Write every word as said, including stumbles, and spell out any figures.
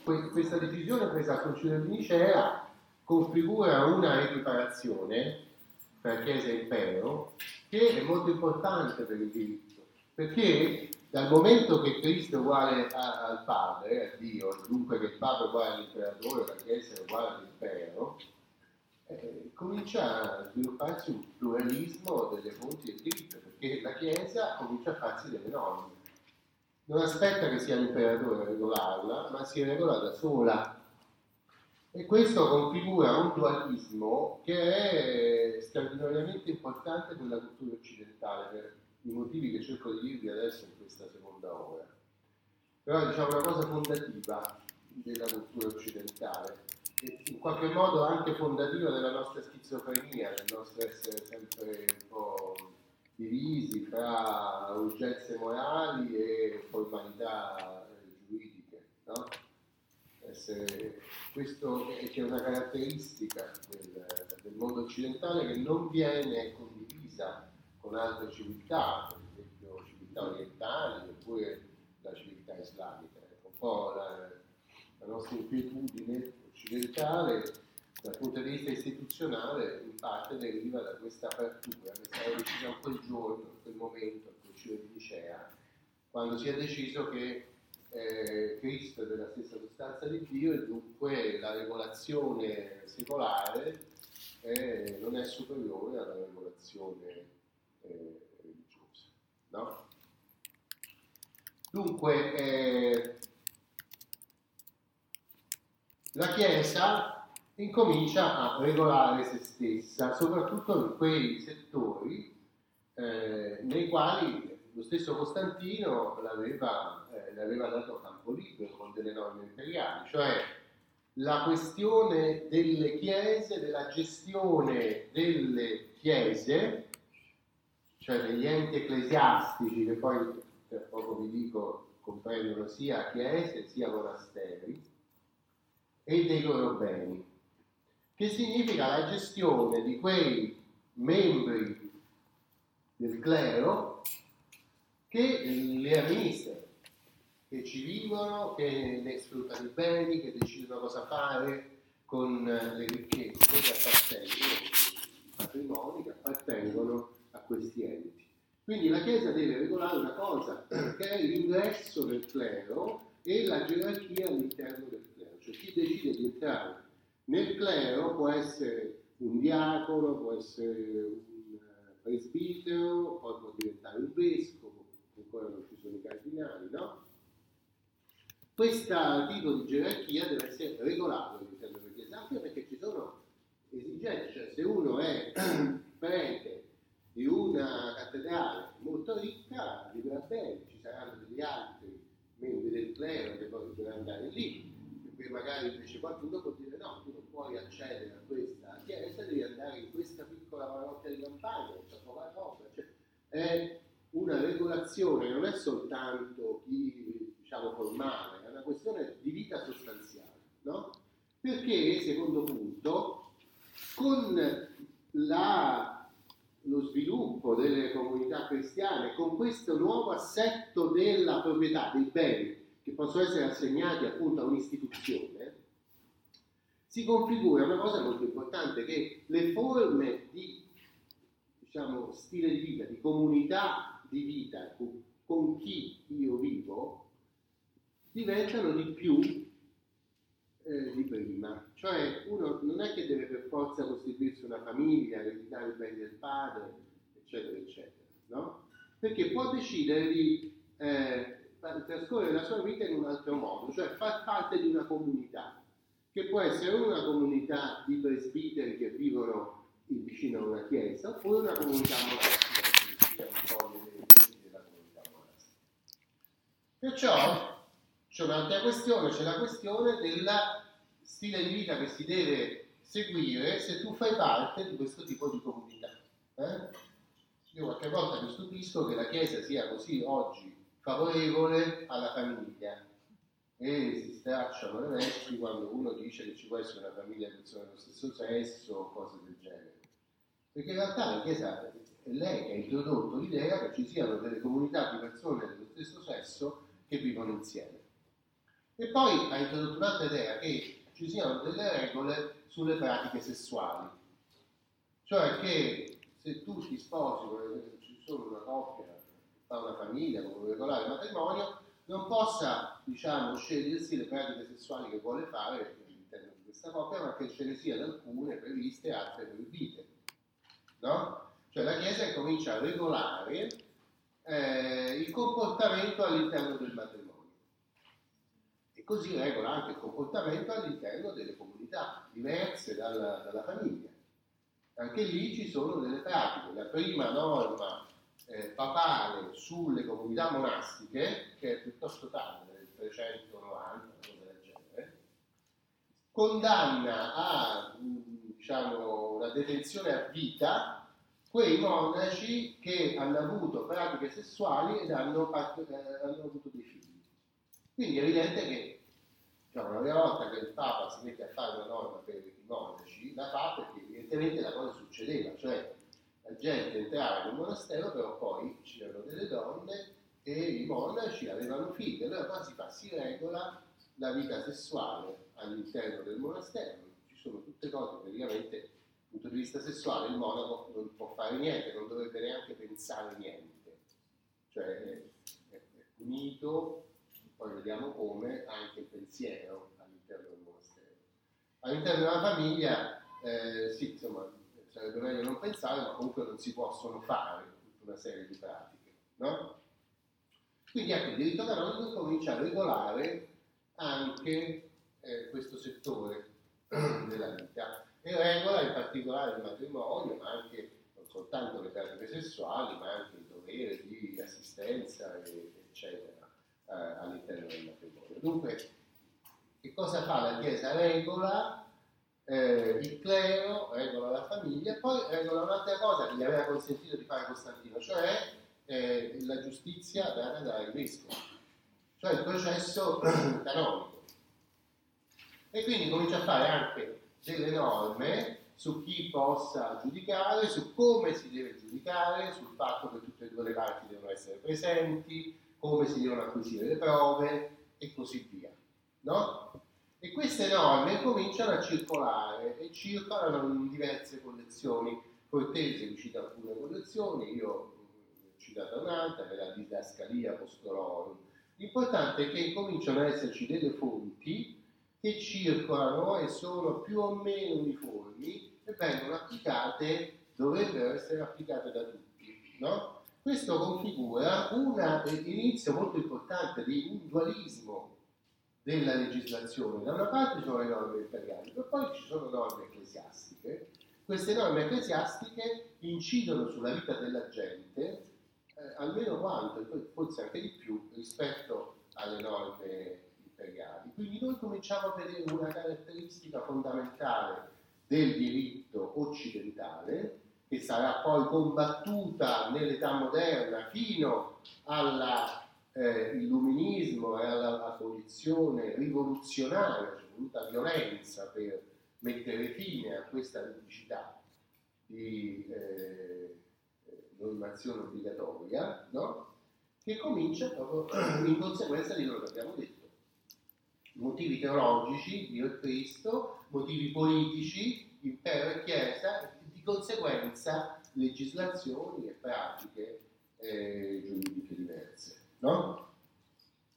questa decisione presa al Concilio di Nicea configura una equiparazione tra Chiesa e Impero che è molto importante per il diritto, perché dal momento che Cristo è uguale a, al Padre, a Dio, dunque che il Papa è uguale all'imperatore, la Chiesa è uguale all'impero, eh, comincia a svilupparsi un pluralismo delle fonti del diritto, perché la Chiesa comincia a farsi delle norme. Non aspetta che sia l'imperatore a regolarla, ma si regola da sola. E questo configura un dualismo che è straordinariamente importante per la cultura occidentale, per i motivi che cerco di dirvi adesso in questa seconda ora. Però diciamo una cosa fondativa della cultura occidentale, e in qualche modo anche fondativa della nostra schizofrenia, del nostro essere sempre un po' divisi fra urgenze morali e formalità giuridiche, no? Essere, questo è, che è una caratteristica del, del mondo occidentale che non viene condivisa con altre civiltà, per esempio civiltà orientali oppure la civiltà islamica. È un po' la, la nostra inquietudine occidentale dal punto di vista istituzionale in parte deriva da questa apertura che è stata decisa in quel giorno, in quel momento, al Concilio di Nicea, quando si è deciso che eh, Cristo è della stessa sostanza di Dio e dunque la regolazione secolare eh, non è superiore alla regolazione eh, religiosa, no? Dunque eh, la Chiesa incomincia a regolare se stessa, soprattutto in quei settori eh, nei quali lo stesso Costantino l'aveva, eh, l'aveva dato campo libero con delle norme imperiali, cioè la questione delle chiese, della gestione delle chiese, cioè degli enti ecclesiastici che poi per poco vi dico comprendono sia chiese sia monasteri, e dei loro beni, che significa la gestione di quei membri del clero che le amministrano, che ci vivono, che ne sfruttano i beni, che decidono cosa fare con le ricchezze che appartengono, i patrimoni che appartengono a questi enti. Quindi la Chiesa deve regolare una cosa che è l'ingresso del clero e la gerarchia all'interno del clero, cioè chi decide di entrare nel clero può essere un diacono, può essere un presbitero, poi può diventare un vescovo, ancora non ci sono i cardinali, no? Questo tipo di gerarchia deve essere regolato all'interno della Chiesa, anche perché ci sono esigenze, cioè se uno è prete di una cattedrale molto ricca, vivrà bene, ci saranno degli altri membri del clero che poi dovranno andare lì, perché magari invece qualcuno può dire no, tu non puoi accedere a questa chiesa, devi andare in questa piccola parrocchia di campagna, c'è poca roba, cioè, è una regolazione, non è soltanto chi, diciamo, formale, è una questione di vita sostanziale, no? Perché, secondo punto, con la, lo sviluppo delle comunità cristiane, con questo nuovo assetto della proprietà dei beni che possono essere assegnati appunto a un'istituzione, si configura una cosa molto importante, che le forme di, diciamo, stile di vita, di comunità di vita con, con chi io vivo, diventano di più eh, di prima. Cioè uno non è che deve per forza costituirsi una famiglia, ereditare i beni del padre, eccetera, eccetera, no? Perché può decidere di eh, trascorrere la sua vita in un altro modo, cioè far parte di una comunità, che può essere una comunità di presbiteri che vivono vicino a una chiesa, oppure una comunità monastica, che è un po' le elementi della comunità monastica. Perciò c'è un'altra questione, c'è la questione del stile di vita che si deve seguire se tu fai parte di questo tipo di comunità. Eh? Io qualche volta mi stupisco che la Chiesa sia così oggi favorevole alla famiglia e si stracciano le vesti quando uno dice che ci può essere una famiglia di persone dello stesso sesso o cose del genere, perché in realtà la Chiesa è lei che ha introdotto l'idea che ci siano delle comunità di persone dello stesso sesso che vivono insieme. E poi ha introdotto un'altra idea, che ci siano delle regole sulle pratiche sessuali, cioè che se tu ti sposi, ci sono una coppia, fa una famiglia con un regolare matrimonio, non possa, diciamo, scegliersi le pratiche sessuali che vuole fare all'interno di questa coppia, ma che ce ne siano alcune previste e altre proibite, no? Cioè la Chiesa comincia a regolare eh, il comportamento all'interno del matrimonio e così regola anche il comportamento all'interno delle comunità diverse dalla, dalla famiglia. Anche lì ci sono delle pratiche. La prima norma eh, papale sulle comunità monastiche, che è piuttosto tarda, del trecentonovanta, una cosa del genere, condanna a diciamo, una detenzione a vita quei monaci che hanno avuto pratiche sessuali ed hanno, eh, hanno avuto dei figli. Quindi è evidente che diciamo, la prima volta che il Papa si mette a fare una norma per i monaci, la fa perché evidentemente la cosa succedeva, cioè la gente entrava in un monastero, però poi c'erano delle donne e i monaci avevano figli, allora qua si fa, si regola la vita sessuale all'interno del monastero, ci sono tutte cose praticamente dal punto di vista sessuale il monaco non può fare niente, non dovrebbe neanche pensare niente, cioè è, è, è punito, poi vediamo come, anche il pensiero all'interno del monastero. All'interno della famiglia, eh, sì, insomma, sarebbe meglio non pensare, ma comunque non si possono fare tutta una serie di pratiche, no? Quindi ecco, il diritto canonico comincia a regolare anche eh, questo settore della vita e regola in particolare il matrimonio, ma anche non soltanto le pratiche sessuali, ma anche il dovere di assistenza, e, eccetera, eh, all'interno del matrimonio. Dunque, che cosa fa la Chiesa? Regola eh, il clero, regola la famiglia, e poi regola un'altra cosa che gli aveva consentito di fare Costantino, cioè eh, la giustizia data dal vescovo, cioè il processo canonico. E quindi comincia a fare anche delle norme su chi possa giudicare, su come si deve giudicare, sul fatto che tutte e due le parti devono essere presenti, come si devono acquisire le prove e così via, no? E queste norme cominciano a circolare e circolano in diverse collezioni. Cortese vi cita alcune collezioni, io ho citato un'altra, che è la Didascalia Apostolorum. L'importante è che cominciano ad esserci delle fonti che circolano e sono più o meno uniformi e vengono applicate, dovrebbero essere applicate da tutti, no? Questo configura un inizio molto importante di un dualismo della legislazione. Da una parte ci sono le norme imperiali, ma poi ci sono norme ecclesiastiche. Queste norme ecclesiastiche incidono sulla vita della gente eh, almeno quanto, e forse anche di più, rispetto alle norme imperiali. Quindi noi cominciamo a vedere una caratteristica fondamentale del diritto occidentale, che sarà poi combattuta nell'età moderna fino all'illuminismo eh, e all'abolizione rivoluzionaria, c'è voluta violenza per mettere fine a questa necessità di eh, normazione obbligatoria, no? Che comincia proprio in conseguenza di quello che abbiamo detto. Motivi teologici, Dio e Cristo, motivi politici, impero e Chiesa, di conseguenza legislazioni e pratiche eh, giuridiche diverse, no?